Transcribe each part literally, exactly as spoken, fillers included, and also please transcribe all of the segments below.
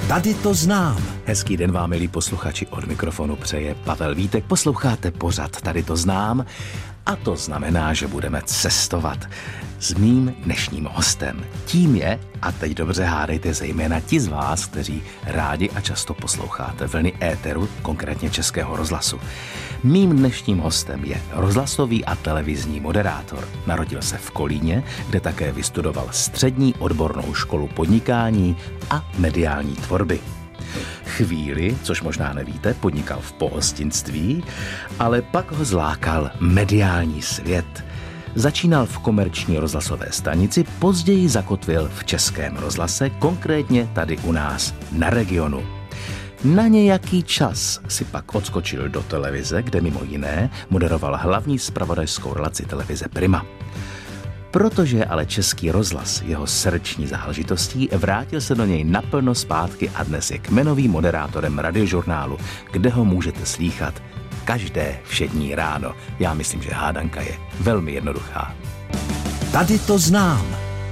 Tady to znám. Hezký den vám, milí posluchači, od mikrofonu přeje Pavel Vítek. Posloucháte pořad Tady to znám a to znamená, že budeme cestovat s mým dnešním hostem. Tím je, a teď dobře hádejte, zejména ti z vás, kteří rádi a často posloucháte vlny éteru, konkrétně Českého rozhlasu. Mým dnešním hostem je rozhlasový a televizní moderátor. Narodil se v Kolíně, kde také vystudoval střední odbornou školu podnikání a mediální tvorby. Chvíli, což možná nevíte, podnikal v pohostinství, ale pak ho zlákal mediální svět. Začínal v komerční rozhlasové stanici, později zakotvil v Českém rozhlase, konkrétně tady u nás na Regionu. Na nějaký čas si pak odskočil do televize, kde mimo jiné moderoval hlavní zpravodajskou relaci televize Prima. Protože ale Český rozhlas jeho srdeční záležitostí, vrátil se do něj naplno zpátky a dnes je kmenovým moderátorem Radiožurnálu, kde ho můžete slýchat každé všední ráno. Já myslím, že hádanka je velmi jednoduchá. Tady to znám.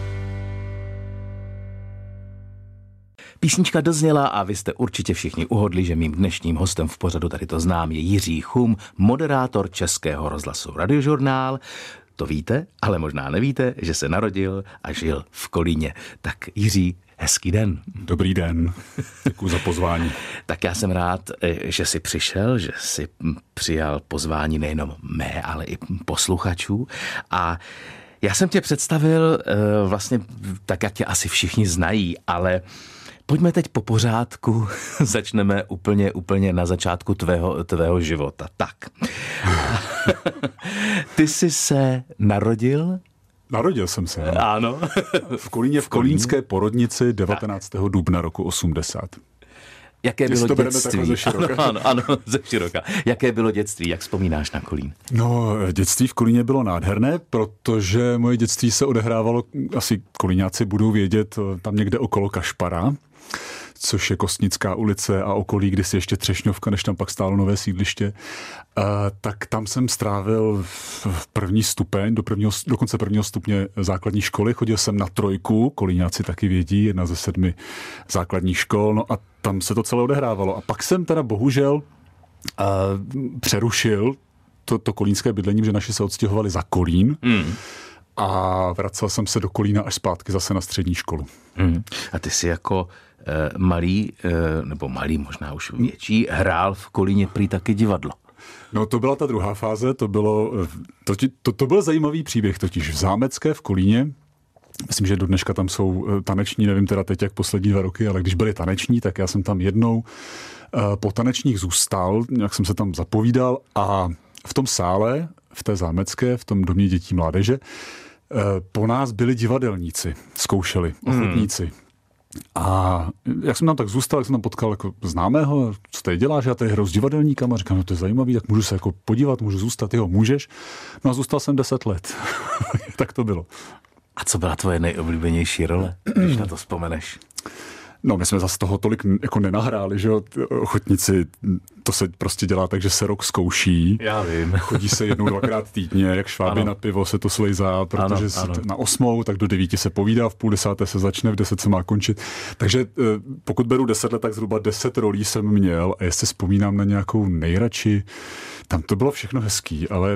Písnička dozněla a vy jste určitě všichni uhodli, že mým dnešním hostem v pořadu Tady to znám je Jiří Chum, moderátor Českého rozhlasu Radiožurnál. To víte, ale možná nevíte, že se narodil a žil v Kolíně. Tak Jiří, hezký den. Dobrý den, děkuji za pozvání. Tak já jsem rád, že jsi přišel, že jsi přijal pozvání nejenom mé, ale i posluchačů. A já jsem tě představil vlastně tak, jak tě asi všichni znají, ale pojďme teď po pořádku, začneme úplně, úplně na začátku tvého, tvého života. Tak, ty jsi se narodil? Narodil jsem se. No. Ano. V Kolíně, v kolínské porodnici devatenáctého dubna roku osmdesát. Jaké bylo to dětství? Ze široka. Ano, ano, ano, ze široka. Jaké bylo dětství? Jak vzpomínáš na Kolín? No, dětství v Kolíně bylo nádherné, protože moje dětství se odehrávalo, asi kolíňáci budou vědět, tam někde okolo Kašpara, což je Kostnická ulice a okolí, kdysi ještě Třešňovka, než tam pak stálo nové sídliště. Uh, tak tam jsem strávil v první stupeň, do, prvního, do konce prvního stupně základní školy. Chodil jsem na trojku, kolíňáci taky vědí, jedna ze sedmi základních škol, no a tam se to celé odehrávalo. A pak jsem teda bohužel uh, přerušil to, to kolínské bydlení, že naši se odstěhovali za Kolín. Mm. A vracel jsem se do Kolína až zpátky zase na střední školu. Mm. A ty jsi jako eh, malý, eh, nebo malý, možná už větší, hrál v Kolíně prý taky divadlo. No to byla ta druhá fáze, to bylo, to, to, to byl zajímavý příběh, totiž v Zámecké v Kolíně. Myslím, že do dneška tam jsou taneční, nevím teda teď jak poslední dva roky, ale když byli taneční, tak já jsem tam jednou uh, po tanečních zůstal, nějak jsem se tam zapovídal a v tom sále, v té Zámecké, v tom domě dětí mládeže, uh, po nás byli divadelníci, zkoušeli, ochotníci. Hmm. A jak jsem tam tak zůstal, jak jsem tam potkal jako známého, co tady děláš, já tady hraju s divadelníkama, říkám, no to je zajímavý, tak můžu se jako podívat, můžu zůstat, jo, můžeš. No a zůstal jsem deset let. Tak to bylo. A co byla tvoje nejoblíbenější role, když na to vzpomeneš? No, my jsme zase toho tolik jako nenahráli, že jo, ochotníci, to se prostě dělá tak, že se rok zkouší. Já vím. Chodí se jednou, dvakrát týdně, jak šváby ano. Na pivo se to slejzá, protože ano, ano. Na osmou, tak do devíti se povídá, v půl desáté se začne, v deset se má končit. Takže pokud beru deset let, tak zhruba deset rolí jsem měl a jestli vzpomínám na nějakou nejradši, tam to bylo všechno hezký, ale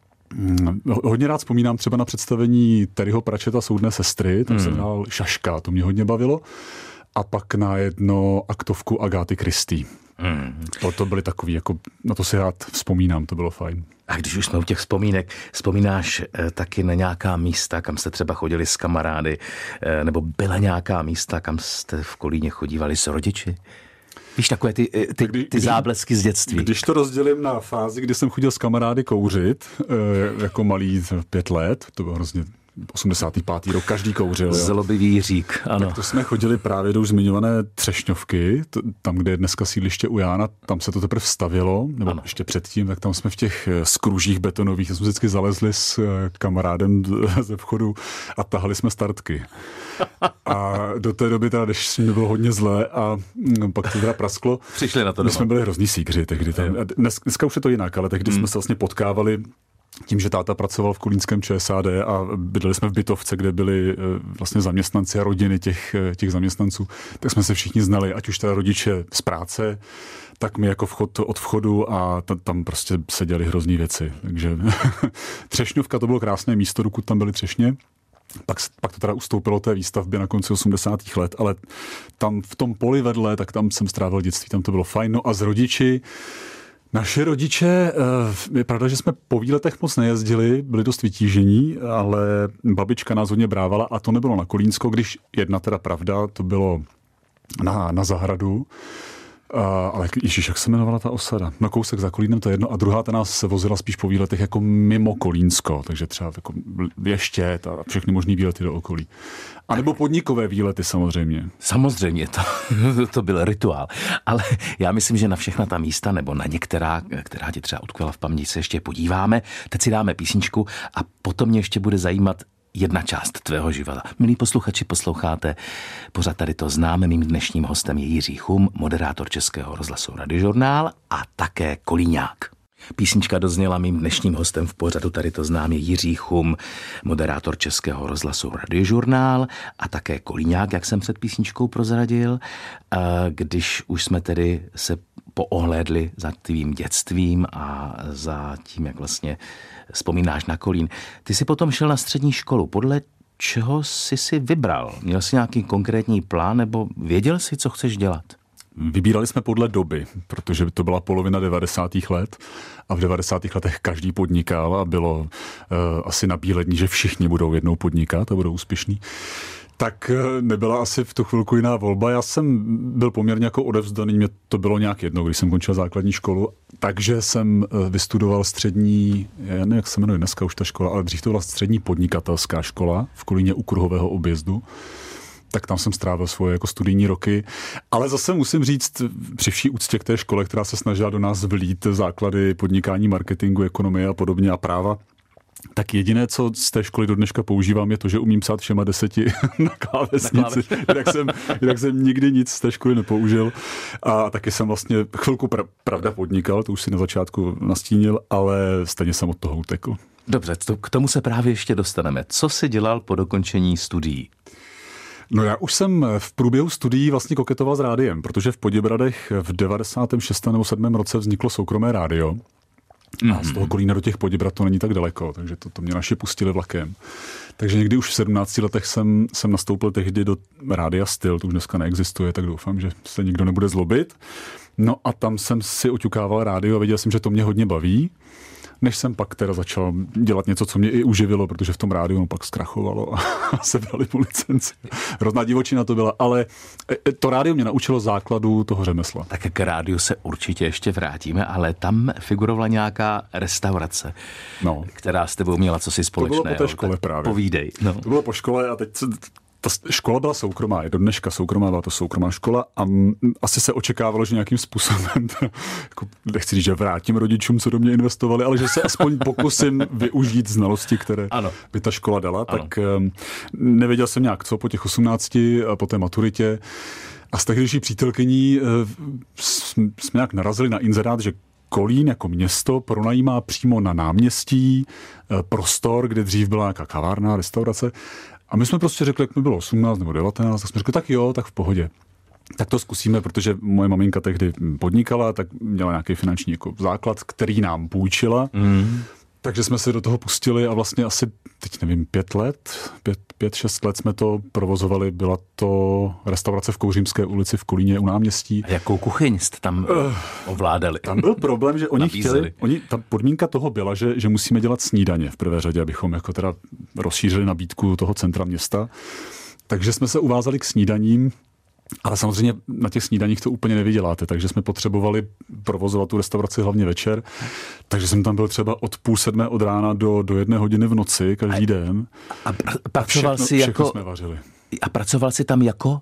hodně rád vzpomínám třeba na představení Terryho Pratchetta Soudné sestry, tam hmm. jsem hrál Šaška, to mě hodně bavilo. A pak na jedno aktovku Agáty Christie. Mm. To, to byly takový, jako, na to si rád vzpomínám, to bylo fajn. A když už jsme u těch vzpomínek, vzpomínáš eh, taky na nějaká místa, kam jste třeba chodili s kamarády, eh, nebo byla nějaká místa, kam jste v Kolíně chodívali s rodiči? Víš, takové ty, ty, kdy, ty záblesky z dětství. Když to rozdělím na fázi, kdy jsem chodil s kamarády kouřit, eh, jako malý pět let, to bylo hrozně osmdesátý pátý rok, každý kouřil. Zlobivý Jiřík, ano. Tak to jsme chodili právě do už zmiňované Třešňovky, to, tam, kde je dneska sídliště u Jána, tam se to teprve vstavilo, nebo ano. Ještě předtím, tak tam jsme v těch skružích betonových, jsme vždycky zalezli s kamarádem ze vchodu a tahali jsme startky. A do té doby teda, když mi bylo hodně zlé a pak to teda prasklo. Přišli na to My doma. Jsme byli hrozný síkři tehdy. Tam. Dnes, dneska už je to jinak, ale tehdy hmm. jsme se vlastně potkávali tím, že táta pracoval v kolínském ČSAD a bydleli jsme v bytovce, kde byli vlastně zaměstnanci a rodiny těch, těch zaměstnanců, tak jsme se všichni znali, ať už teda rodiče z práce, tak my jako vchod od vchodu a t- tam prostě se děly hrozný věci. Takže Třešňovka to bylo krásné místo, dokud tam byly třešně. Pak, pak to teda ustoupilo té výstavbě na konci osmdesátých let, ale tam v tom poli vedle, tak tam jsem strávil dětství, tam to bylo fajn. No a s rodiči, naše rodiče, je pravda, že jsme po výletech moc nejezdili, byli dost vytížení, ale babička nás hodně brávala a to nebylo na Kolínsko, když jedna teda pravda, to bylo na, na zahradu. Uh, ale ježiš, jak se jmenovala ta osada? Na kousek za Kolínem, to je jedno. A druhá ta nás se vozila spíš po výletech jako mimo Kolínsko, takže třeba jako Ještěd a všechny možný výlety do okolí. A nebo podnikové výlety samozřejmě. Samozřejmě, to, to byl rituál. Ale já myslím, že na všechna ta místa, nebo na některá, která ti třeba utkvěla v paměti, se ještě podíváme. Teď si dáme písničku a potom mě ještě bude zajímat jedna část tvého života. Milí posluchači, posloucháte pořád Tady to známe. Mým dnešním hostem je Jiří Chum, moderátor Českého rozhlasu Radiožurnál a také kolíňák. Písnička dozněla, mým dnešním hostem v pořadu Tady to znám je Jiří Chum, moderátor Českého rozhlasu Radiožurnál a také kolíňák, jak jsem před písničkou prozradil. Když už jsme tedy se poohlédli za tvým dětstvím a za tím, jak vlastně vzpomínáš na Kolín. Ty jsi potom šel na střední školu. Podle čeho jsi si vybral? Měl jsi nějaký konkrétní plán nebo věděl jsi, co chceš dělat? Vybírali jsme podle doby, protože to byla polovina devadesátých let a v devadesátých letech každý podnikal a bylo uh, asi nabílední, že všichni budou jednou podnikat a budou úspěšní. Tak nebyla asi v tu chvilku jiná volba. Já jsem byl poměrně jako odevzdaný, mě to bylo nějak jedno, když jsem končil základní školu, takže jsem vystudoval střední, já nevím, jak se jmenuje dneska už ta škola, ale dřív to byla střední podnikatelská škola v Kolíně u Kruhového objezdu. Tak tam jsem strávil svoje jako studijní roky. Ale zase musím říct, při vší úctě k té škole, která se snažila do nás vlít základy podnikání, marketingu, ekonomie a podobně a práva, tak jediné, co z té školy do dneška používám, je to, že umím psát všema deseti na klávesnici. Jinak jsem, jinak jsem nikdy nic z té školy nepoužil. A taky jsem vlastně chvilku pra, pravda podnikal, to už si na začátku nastínil, ale stejně jsem od toho utekl. Dobře, to, k tomu se právě ještě dostaneme. Co jsi dělal po dokončení studií? No já už jsem v průběhu studií vlastně koketoval s rádiem, protože v Poděbradech v devadesátém šestém nebo sedmém roce vzniklo soukromé rádio. A z toho Kolína do těch Poděbrad to není tak daleko, takže to, to mě naši pustili vlakem. Takže někdy už v sedmnácti letech jsem, jsem nastoupil tehdy do rádia Styl, to už dneska neexistuje, tak doufám, že se nikdo nebude zlobit. No a tam jsem si oťukával rádio a viděl jsem, že to mě hodně baví. Než jsem pak teda začal dělat něco, co mě i uživilo, protože v tom rádiu pak zkrachovalo a sebrali mu licenci. Hrozná divočina to byla, ale to rádio mě naučilo základu toho řemesla. Tak k rádiu se určitě ještě vrátíme, ale tam figurovala nějaká restaurace, no, která s tebou měla cosi společného. To bylo po té škole právě. Povídej. No. To bylo po škole a teď se... Ta škola byla soukromá, je do dneška soukromá, byla to soukromá škola a m, asi se očekávalo, že nějakým způsobem, to, jako, nechci říct, že vrátím rodičům, co do mě investovali, ale že se aspoň pokusím využít znalosti, které ano. by ta škola dala. Ano. Tak um, nevěděl jsem nějak co po těch osmnácti a po té maturitě. A s tehdejší přítelkyní uh, jsme nějak narazili na inzerát, že Kolín jako město pronajímá přímo na náměstí uh, prostor, kde dřív byla nějaká kavárna, restaurace. A my jsme prostě řekli, jak mi bylo osmnáct nebo devatenáct, tak jsme řekli, tak jo, tak v pohodě. Tak to zkusíme, protože moje maminka tehdy podnikala, tak měla nějaký finanční jako základ, který nám půjčila. Mm. Takže jsme se do toho pustili a vlastně asi, teď nevím, pět let, pět, pět, šest let jsme to provozovali. Byla to restaurace v Kouřímské ulici v Kolíně u náměstí. A jakou kuchyň jste tam uh, ovládali? Tam byl problém, že oni chtěli, oni, ta podmínka toho byla, že, že musíme dělat snídaně v prvé řadě, abychom jako teda rozšířili nabídku toho centra města. Takže jsme se uvázali k snídaním. Ale samozřejmě na těch snídaních to úplně nevyděláte, takže jsme potřebovali provozovat tu restauraci hlavně večer. Takže jsem tam byl třeba od půl sedmé od rána do, do jedné hodiny v noci každý a, den. A, pr- a pracoval všechno, jsi jako... jsme vařili. A pracoval jsi tam jako?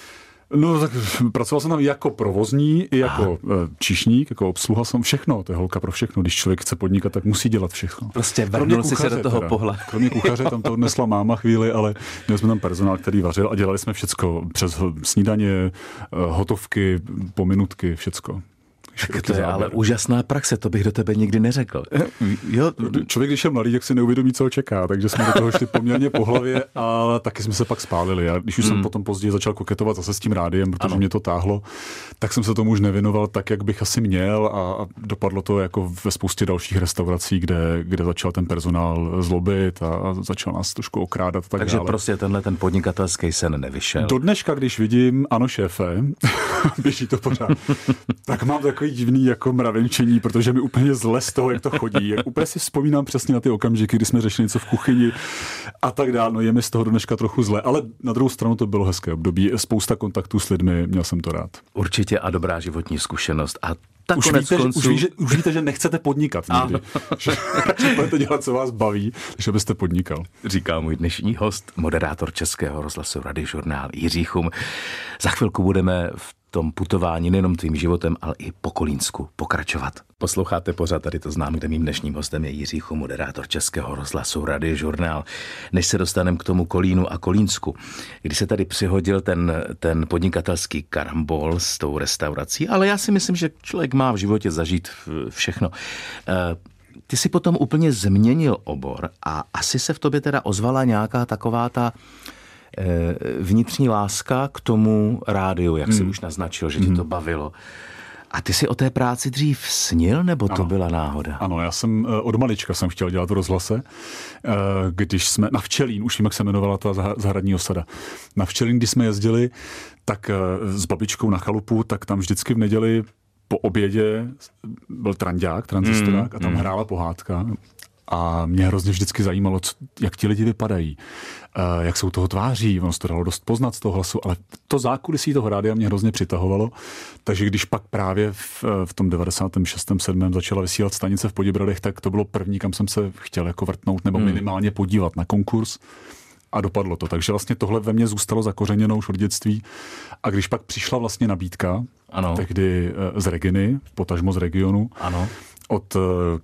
No tak pracoval jsem tam jako provozní, i jako Aha. číšník, jako obsluha jsem všechno, to je holka pro všechno. Když člověk chce podnikat, tak musí dělat všechno. Prostě vrhnul si se do toho teda. Pohla. Kromě kuchaře, tam to odnesla máma chvíli, ale měli jsme tam personál, který vařil a dělali jsme všecko přes snídaně, hotovky, pominutky, všecko. To je ale úžasná praxe, to bych do tebe nikdy neřekl. Jo. Člověk, když je mladý, tak si neuvědomí, co ho čeká, takže jsme do toho šli poměrně po hlavě a taky jsme se pak spálili. A když už hmm. jsem potom později začal koketovat zase s tím rádiem, protože ano. mě to táhlo, tak jsem se tomu už nevěnoval tak, jak bych asi měl a dopadlo to jako ve spoustě dalších restaurací, kde, kde začal ten personál zlobit a začal nás trošku okrádat. Tak takže dále. Prostě tenhle ten podnikatelský sen nevyšel. Do dneška, když vidím, ano šéfe, běží to pořád, tak mám takový divný jako mravenčení, protože mi úplně zle z toho, jak to chodí. Jak úplně si vzpomínám přesně na ty okamžiky, kdy jsme řešili něco v kuchyni a tak dále. No je mi z toho do dneška trochu zle, ale na druhou stranu to bylo hezké období. Spousta kontaktů s lidmi, měl jsem to rád. Určitě a dobrá životní zkušenost. A už víte, konců... už, víte, už víte, že nechcete podnikat nikdy. Že, že budete dělat, co vás baví, než abyste podnikal. Říká můj dnešní host, moderátor Českého rozhlasu Radiožurnál Jiří Chum. Za chvilku budeme v tom putování nejenom tvým životem, ale i po Kolínsku pokračovat. Posloucháte pořád, tady to znám, kde mým dnešním hostem je Jiří Chum, moderátor Českého rozhlasu Radiožurnál. Než se dostaneme k tomu Kolínu a Kolínsku, kdy se tady přihodil ten, ten podnikatelský karambol s tou restaurací, ale já si myslím, že člověk má v životě zažít všechno. Ty si potom úplně změnil obor a asi se v tobě teda ozvala nějaká taková ta vnitřní láska k tomu rádiu, jak jsi hmm. už naznačil, že tě to bavilo. A ty si o té práci dřív snil, nebo to ano. byla náhoda? Ano, já jsem od malička jsem chtěl dělat v rozhlase, když jsme na Včelín, už vím, jak se jmenovala ta zahradní osada. Na Včelín, když jsme jezdili, tak s babičkou na chalupu, tak tam vždycky v neděli po obědě byl trandák, tranzistorák mm, a tam mm. hrála pohádka. A mě hrozně vždycky zajímalo, co, jak ti lidi vypadají, uh, jak jsou toho tváří, ono se to dalo dost poznat z toho hlasu, ale to zákulisí toho rádia mě hrozně přitahovalo, takže když pak právě v, v tom devadesátém šestém sedmém začala vysílat stanice v Poděbradech, tak to bylo první, kam jsem se chtěl jako vrtnout nebo hmm. minimálně podívat na konkurs a dopadlo to. Takže vlastně tohle ve mně zůstalo zakořeněno už od dětství a když pak přišla vlastně nabídka, ano. tehdy z Reginy, potažmo z regionu, ano. od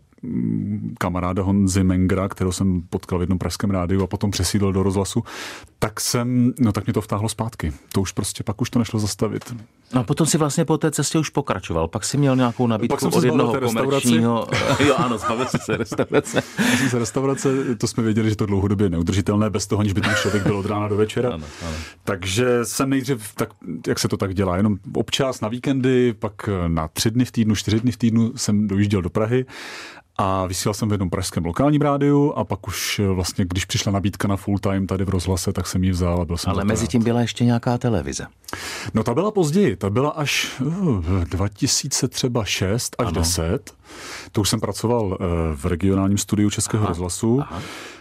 kamaráda Honzy Mengra, kterou jsem potkal v jednom pražském rádiu a potom přesídlil do rozhlasu, tak jsem, no tak mě to vtáhlo zpátky. To už prostě, pak už to nešlo zastavit. No a potom si vlastně po té cestě už pokračoval. Pak si měl nějakou nabídku od jednoho komerčního... Jo ano, zbavil jsi se restaurace. Jsem se restaurace, to jsme věděli, že to dlouhodobě je neudržitelné, bez toho, aniž by ten člověk byl od rána do večera. Ano, ano. Takže jsem nejdřív, tak, jak se to tak dělá, jenom občas na víkendy, pak na tři dny v týdnu, čtyři dny v týdnu jsem dojížděl do Prahy. A vysílal jsem v jednom pražském lokálním rádiu a pak už vlastně, když přišla nabídka na full time tady v rozhlase, tak jsem ji vzal a byl jsem. Ale mezi tím byla ještě nějaká televize. No ta byla později, ta byla až uh, dva tisíce třeba šest až ano. deset. To už jsem pracoval uh, v regionálním studiu Českého aha, rozhlasu. Aha.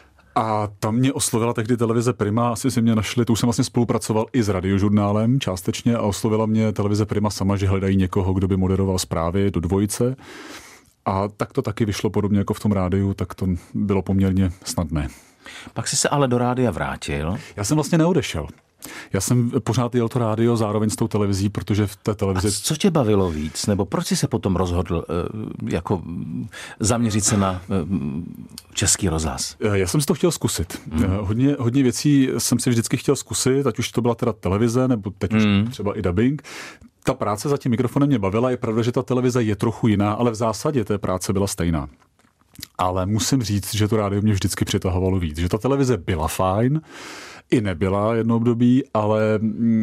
A tam mě oslovila tehdy televize Prima, asi si mě našli, to už jsem vlastně spolupracoval i s Radiožurnálem částečně a oslovila mě televize Prima sama, že hledají někoho, kdo by moderoval zprávy do dvojice. A tak to taky vyšlo podobně jako v tom rádiu, tak to bylo poměrně snadné. Pak jsi se ale do rádia vrátil. Já jsem vlastně neodešel. Já jsem pořád jel to rádio zároveň s tou televizí, protože v té televizi... A co tě bavilo víc? Nebo proč jsi se potom rozhodl jako zaměřit se na Český rozhlas? Já jsem si to chtěl zkusit. Mm. Hodně, hodně věcí jsem si vždycky chtěl zkusit, ať už to byla teda televize, nebo teď už mm. třeba i dubbing. Ta práce za tím mikrofonem mě bavila, je pravda, že ta televize je trochu jiná, ale v zásadě té práce byla stejná. Ale musím říct, že to rádio mě vždycky přitahovalo víc. Že ta televize byla fajn, i nebyla jedno období, ale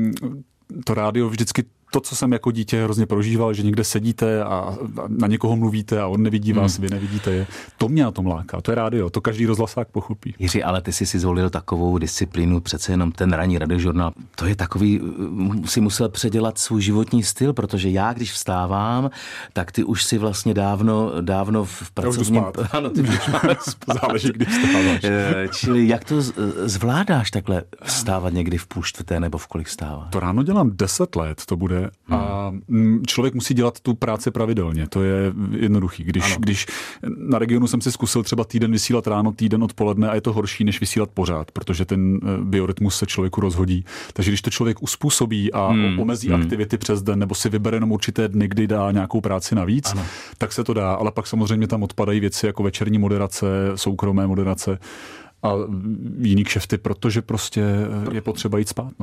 to rádio vždycky to, co jsem jako dítě hrozně prožíval, že někde sedíte a na někoho mluvíte a on nevidí vás, hmm. vy nevidíte je. To mě na tom láká, to je rádio, to každý rozhlasák pochopí. Jiří, ale ty jsi si zvolil takovou disciplínu, přece jenom ten ranní radiožurnál. To je takový, si musel předělat svůj životní styl, protože já, když vstávám, tak ty už si vlastně dávno, dávno v pracovním... Ano, ty už záleží, když vstáváš. Čili jak to zvládáš takhle vstávat někdy v půl čtvrté nebo v kolik vstáváš? To ráno dělám deset let, to bude a člověk musí dělat tu práci pravidelně, to je jednoduchý. Když, když na regionu jsem si zkusil třeba týden vysílat ráno, týden odpoledne a je to horší, než vysílat pořád, protože ten biorytmus se člověku rozhodí. Takže když to člověk uspůsobí a hmm. omezí hmm. aktivity přes den, nebo si vybere jenom určité dny, kdy dá nějakou práci navíc, ano. tak se to dá, ale pak samozřejmě tam odpadají věci jako večerní moderace, soukromé moderace a jiný kšefty, protože prostě je potřeba jít spát. No.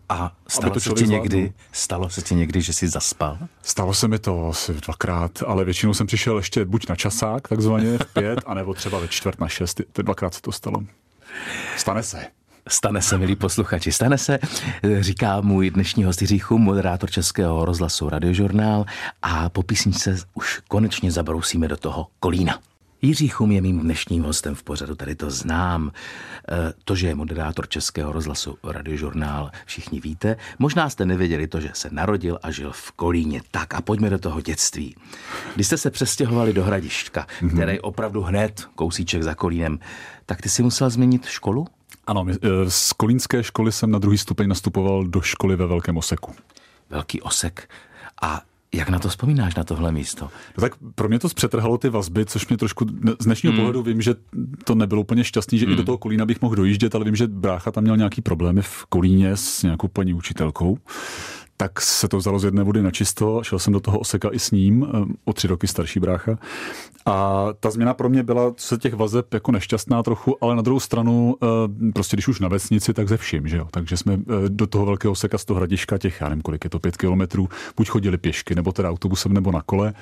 A stalo se ti někdy, stalo se ti někdy, že jsi zaspal? Stalo se mi to asi dvakrát, ale většinou jsem přišel ještě buď na časák, takzvaně v pět, anebo třeba ve čtvrt na šest. Dvakrát se to stalo. Stane se. Stane se, milí posluchači, stane se, říká můj dnešní host Jiří Chum, moderátor Českého rozhlasu Radiožurnál, a po písničce už konečně zabrousíme do toho Kolína. Jiří Chum je mým dnešním hostem v pořadu, tady to znám. To, že je moderátor Českého rozhlasu Radiožurnál, všichni víte. Možná jste nevěděli to, že se narodil a žil v Kolíně. Tak a pojďme do toho dětství. Když jste se přestěhovali do Hradišťka, mm-hmm. které je opravdu hned kousíček za Kolínem, tak ty si musel změnit školu? Ano, z kolínské školy jsem na druhý stupeň nastupoval do školy ve Velkém Oseku. Velký Osek. A jak na to vzpomínáš, na tohle místo? No tak pro mě to zpřetrhalo ty vazby, což mě trošku z dnešního hmm. pohledu vím, že to nebylo úplně šťastný, že hmm. i do toho Kolína bych mohl dojíždět, ale vím, že brácha tam měl nějaký problémy v Kolíně s nějakou paní učitelkou. Tak se to vzalo z jedné vody na čisto, šel jsem do toho Oseka i s ním, o tři roky starší brácha. A ta změna pro mě byla, co se těch vazeb, jako nešťastná trochu, ale na druhou stranu, prostě když už na vesnici, tak ze vším, že jo. Takže jsme do toho Velkého Oseka z toho Hradišťka, těch, já nevím, kolik je to, pět kilometrů, buď chodili pěšky, nebo teda autobusem, nebo na kole.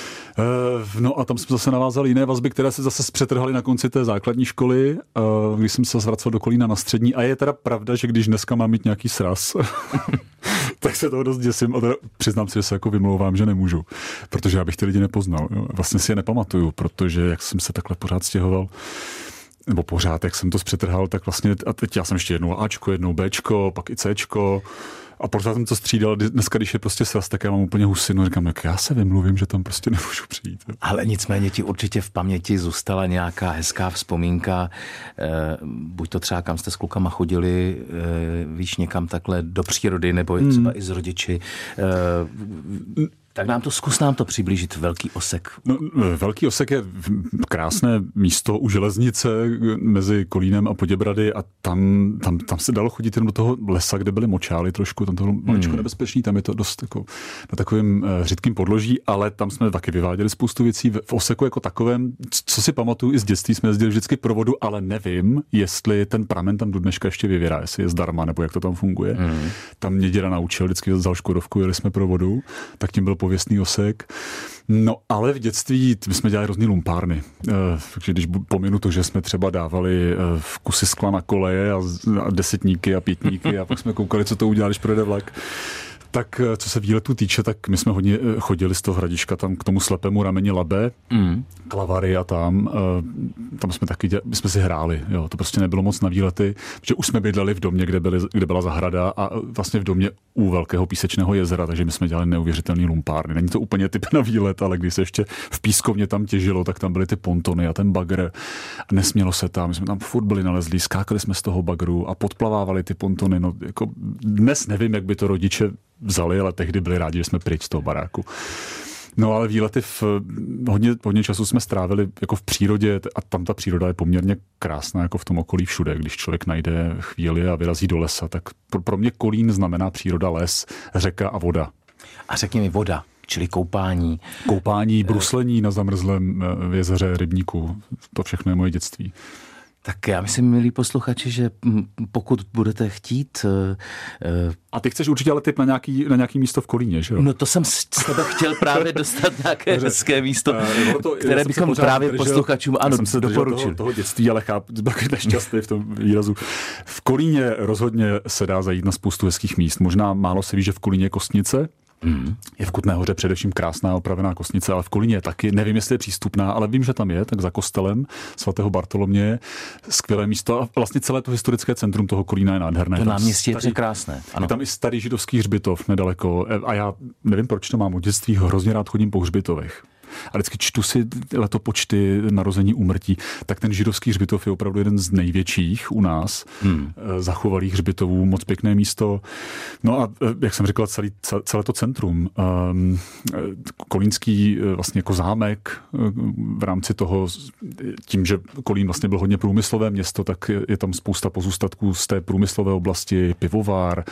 No a tam jsme zase navázali jiné vazby, které se zase zpřetrhaly na konci té základní školy, když jsem se vracel do Kolína na střední. A je teda pravda, že když dneska mám mít nějaký sraz, tak se toho dost děsím a teda přiznám si, že se jako vymlouvám, že nemůžu, protože já bych ty lidi nepoznal. Vlastně si je nepamatuju, protože jak jsem se takhle pořád stěhoval, nebo pořád, jak jsem to zpřetrhal, tak vlastně, a teď já jsem ještě jednou Ačko, jednou Bčko, pak i Cčko, a pořád jsem to střídal. Dneska, když je prostě sraz, tak já mám úplně husinu. Říkám, jak já se vymluvím, že tam prostě nemůžu přijít. Ale nicméně ti určitě v paměti zůstala nějaká hezká vzpomínka. E, buď to třeba, kam jste s klukama chodili, e, víš, někam takhle do přírody, nebo hmm. třeba i s rodiči. E, Tak nám to, zkus nám to přiblížit, Velký Osek. No, Velký Osek je krásné místo u železnice mezi Kolínem a Poděbrady a tam, tam, tam se dalo chodit jenom do toho lesa, kde byly močály trošku, tam to bylo maličko hmm. nebezpečný, tam je to dost jako na takovém řidkým podloží, ale tam jsme taky vyváděli spoustu věcí. V Oseku jako takovém, co si pamatuju i z dětství, jsme jezdili vždycky pro vodu, ale nevím, jestli ten pramen tam do dneška ještě vyvěrá, jestli je zdarma, nebo jak to tam funguje. Hmm. Tam mě děda naučil, vždycky vzal Škodovku, jeli jsme pro vodu, tak tím byl pověstný Osek. No ale v dětství my jsme dělali různý lumpárny. Takže když pominu to, že jsme třeba dávali v kusy skla na koleje a desetníky a pětníky a pak jsme koukali, co to udělá, když projede vlak. Tak co se výletů týče, tak my jsme hodně chodili z toho Hradišťka tam k tomu slepému rameni Labe, mm. Klavary a tam. Tam jsme taky dělali, my jsme si hráli. Jo. To prostě nebylo moc na výlety, protože už jsme bydleli v domě, kde, byly, kde byla zahrada a vlastně v domě u velkého písečného jezera, takže my jsme dělali neuvěřitelný lumpárny. Není to úplně typ na výlet, ale když se ještě v pískovně tam těžilo, tak tam byly ty pontony a ten bagr. A nesmělo se tam, my jsme tam furt byli nalezlí, skákali jsme z toho bagru a podplavávali ty pontony. No, jako dnes nevím, jak by to rodiče vzali, ale tehdy byli rádi, že jsme pryč z toho baráku. No ale výlety v hodně, hodně času jsme strávili jako v přírodě a tam ta příroda je poměrně krásná jako v tom okolí všude. Když člověk najde chvíli a vyrazí do lesa, tak pro, pro mě Kolín znamená příroda, les, řeka a voda. A řekni mi voda, čili koupání. Koupání, bruslení na zamrzlém jezeře, rybníku, to všechno je moje dětství. Tak já myslím, milí posluchači, že pokud budete chtít... Uh, a ty chceš určitě ale tip na nějaký, na nějaký místo v Kolíně, že jo? No to jsem z tebe chtěl právě dostat nějaké hezké místo, uh, to, které bychom právě držel, posluchačům ano, jsem se doporučili. Toho, toho dětství, ale chápu, byl nešťastný v tom výrazu. V Kolíně rozhodně se dá zajít na spoustu hezkých míst. Možná málo se ví, že v Kolíně je Kostnice. Mm. Je v Kutné Hoře především krásná opravená kostnice, ale v Kolíně je taky. Nevím, jestli je přístupná, ale vím, že tam je, tak za kostelem svatého Bartoloměje. Skvělé místo a vlastně celé to historické centrum toho Kolína je nádherné. To náměstí je překrásné. Je tam i starý židovský hřbitov nedaleko a já nevím, proč to mám od dětství, hrozně rád chodím po hřbitovech. A vždycky čtu si letopočty narození úmrtí, tak ten židovský hřbitov je opravdu jeden z největších u nás hmm. zachovalých hřbitovů, moc pěkné místo. No a jak jsem říkal, celý, celé to centrum. Um, kolínský vlastně jako zámek v rámci toho, tím, že Kolín vlastně byl hodně průmyslové město, tak je tam spousta pozůstatků z té průmyslové oblasti, pivovár,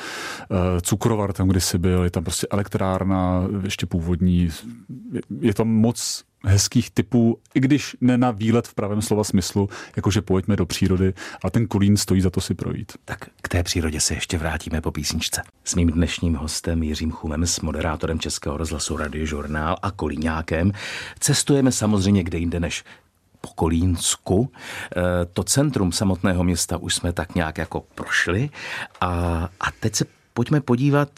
cukrovar tam kdysi byl, je tam prostě elektrárna, ještě původní, je tam moc hezkých typů, i když ne na výlet v pravém slova smyslu, jakože pojďme do přírody, a ten Kolín stojí za to si projít. Tak k té přírodě se ještě vrátíme po písničce. S mým dnešním hostem Jiřím Chumem, s moderátorem Českého rozhlasu Radiožurnál a kolíňákem, cestujeme samozřejmě kde jinde než po Kolínsku. To centrum samotného města už jsme tak nějak jako prošli a, a teď se pojďme podívat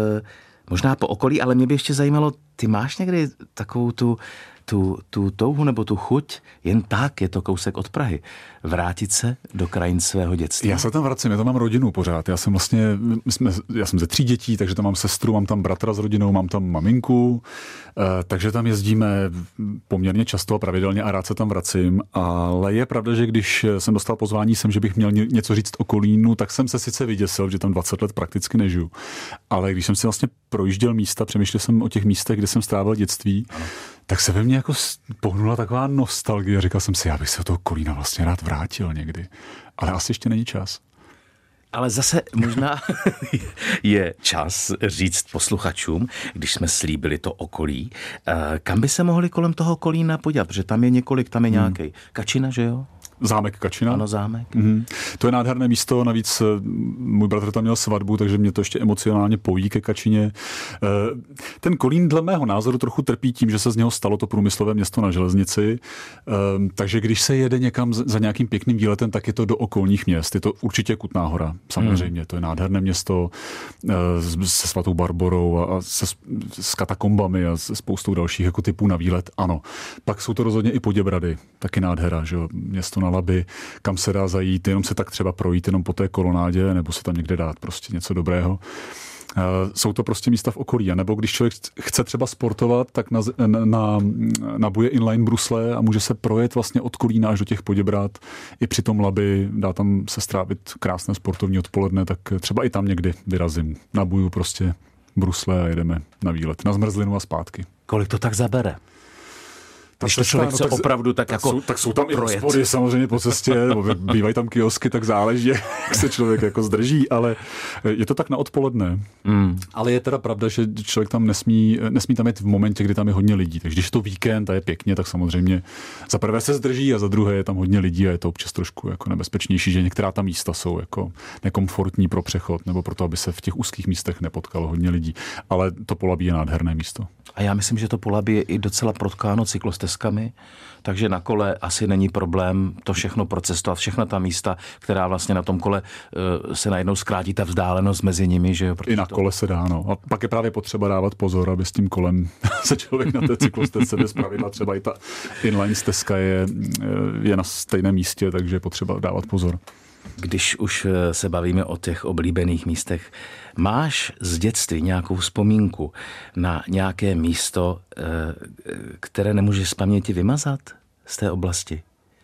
možná po okolí, ale mě by ještě zajímalo, ty máš někdy takovou tu, tu, tu touhu nebo tu chuť, jen tak, je to kousek od Prahy, vrátit se do krajin svého dětství? Já se tam vracím, já tam mám rodinu pořád. Já jsem vlastně, jsme, já jsem ze tří dětí, takže tam mám sestru, mám tam bratra s rodinou, mám tam maminku, takže tam jezdíme poměrně často a pravidelně a rád se tam vracím. Ale je pravda, že když jsem dostal pozvání sem, že bych měl něco říct o Kolínu, tak jsem se sice vyděsil, že tam dvacet let prakticky nežiju. Ale když jsem si vlastně projížděl místa, přemýšlel jsem o těch místech, kde jsem strávil dětství, ano. Tak se ve mně jako pohnula taková nostalgie. Říkal jsem si, já bych se do toho Kolína vlastně rád vrátil někdy. Ale asi ještě není čas. Ale zase možná je čas říct posluchačům, když jsme slíbili to okolí, kam by se mohli kolem toho Kolína podívat, protože tam je několik, tam je nějaký hmm. Kačina, že jo? Zámek Kačina. Ano, zámek. Mm-hmm. To je nádherné místo, navíc můj bratr tam měl svatbu, takže mě to ještě emocionálně pojí ke Kačině. Ten Kolín dle mého názoru trochu trpí tím, že se z něho stalo to průmyslové město na železnici, takže když se jede někam za nějakým pěkným výletem, tak je to do okolních měst. Je to určitě Kutná Hora, samozřejmě. Mm. To je nádherné město se svatou Barborou a se, s katakombami a se spoustou dalších jako typů na výlet. Ano. Pak jsou to rozhodně i Poděbrady, taky nádhera, že jo, město na Labi, kam se dá zajít, jenom se tak třeba projít jenom po té kolonádě, nebo se tam někde dát prostě něco dobrého. Jsou to prostě místa v okolí, nebo když člověk chce třeba sportovat, tak na, na, nabuje inline brusle a může se projet vlastně od Kolína až do těch Poděbrad. I při tom Labi dá tam se strávit krásné sportovní odpoledne, tak třeba i tam někdy vyrazím. Nabuju prostě brusle a jedeme na výlet, na zmrzlinu a zpátky. Kolik to tak zabere? Když to člověk chce no, opravdu tak, tak jako jsou, tak jsou tam projet. I hospody samozřejmě po cestě, bývají tam kiosky, tak záleží, jak se člověk jako zdrží, ale je to tak na odpoledne. Mm. Ale je teda pravda, že člověk tam nesmí, nesmí tam jít v momentě, kdy tam je hodně lidí. Takže když je to víkend a je pěkně, tak samozřejmě za prvé se zdrží a za druhé je tam hodně lidí a je to občas trošku jako nebezpečnější, že některá ta místa jsou jako nekomfortní pro přechod nebo proto, aby se v těch úzkých místech nepotkalo hodně lidí. Ale to Polabí je nádherné místo. A já myslím, že to Polabí je i docela protkáno cyklostezkami, takže na kole asi není problém to všechno procestovat, všechna ta místa, která vlastně na tom kole uh, se najednou zkrátí ta vzdálenost mezi nimi, že jo? I na to... kole se dá, no. A pak je právě potřeba dávat pozor, aby s tím kolem se člověk na té cyklostezce bez pravidla, třeba i ta inline stezka je, je na stejném místě, takže je potřeba dávat pozor. Když už se bavíme o těch oblíbených místech, máš z dětství nějakou vzpomínku na nějaké místo, které nemůžeš z paměti vymazat z té oblasti?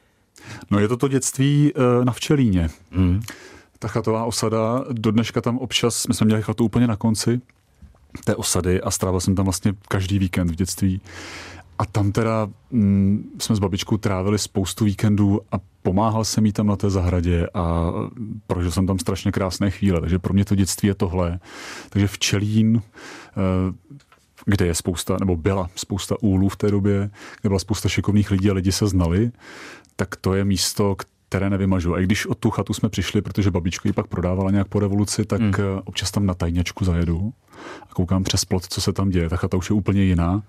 No je to to dětství na Včelíně. Mm. Ta chatová osada, do dneška tam občas, my jsme měli chatu úplně na konci té osady a strávil jsem tam vlastně každý víkend v dětství. A tam teda mm, jsme s babičkou trávili spoustu víkendů a pomáhal jsem jí tam na té zahradě a prožil jsem tam strašně krásné chvíle, takže pro mě to dětství je tohle. Takže Včelín, kde je spousta, nebo byla spousta úlů v té době, kde byla spousta šikovných lidí a lidi se znali, tak to je místo, které nevymažu. A i když od tu chatu jsme přišli, protože babička ji pak prodávala nějak po revoluci, tak hmm. občas tam na tajňačku zajedu a koukám přes plot, co se tam děje. Ta chata už je úplně jiná.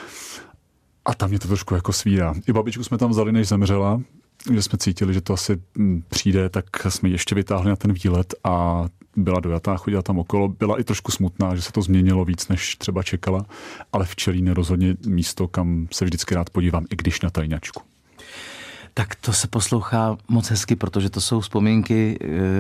A tam mě to trošku jako svírá. I babičku jsme tam vzali, než zemřela, že jsme cítili, že to asi přijde, tak jsme ji ještě vytáhli na ten výlet a byla dojatá, chodila tam okolo. Byla i trošku smutná, že se to změnilo víc, než třeba čekala, ale Včelín je rozhodně místo, kam se vždycky rád podívám, i když na tajňačku. Tak to se poslouchá moc hezky, protože to jsou vzpomínky,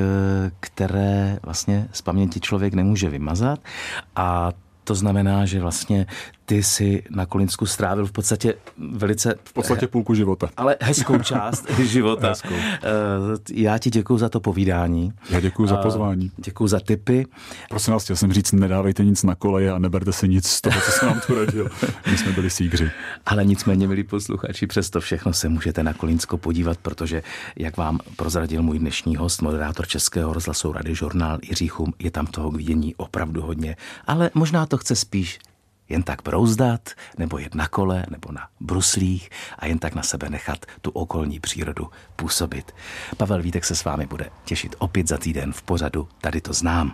které vlastně z paměti člověk nemůže vymazat a to znamená, že vlastně ty si na Kolínsku strávil v podstatě velice... V podstatě půlku života. Ale hezkou část života. Hezkou. Já ti děkuju za to povídání. Já děkuju za pozvání. Děkuju za tipy. Prosím vás, chtěl jsem říct, nedávejte nic na koleje a neberte si nic z toho, co jsem vám tu radil. My jsme byli sígři. Ale nicméně, milí posluchači, přesto všechno se můžete na Kolínsko podívat, protože, jak vám prozradil můj dnešní host, moderátor Českého rozhlasu Radiožurnál Jiří Chum, je tam toho k vidění opravdu hodně. Ale možná to chce spíš jen tak brouzdat, nebo jet na kole, nebo na bruslích a jen tak na sebe nechat tu okolní přírodu působit. Pavel Vítek se s vámi bude těšit opět za týden v pořadu Tady to znám.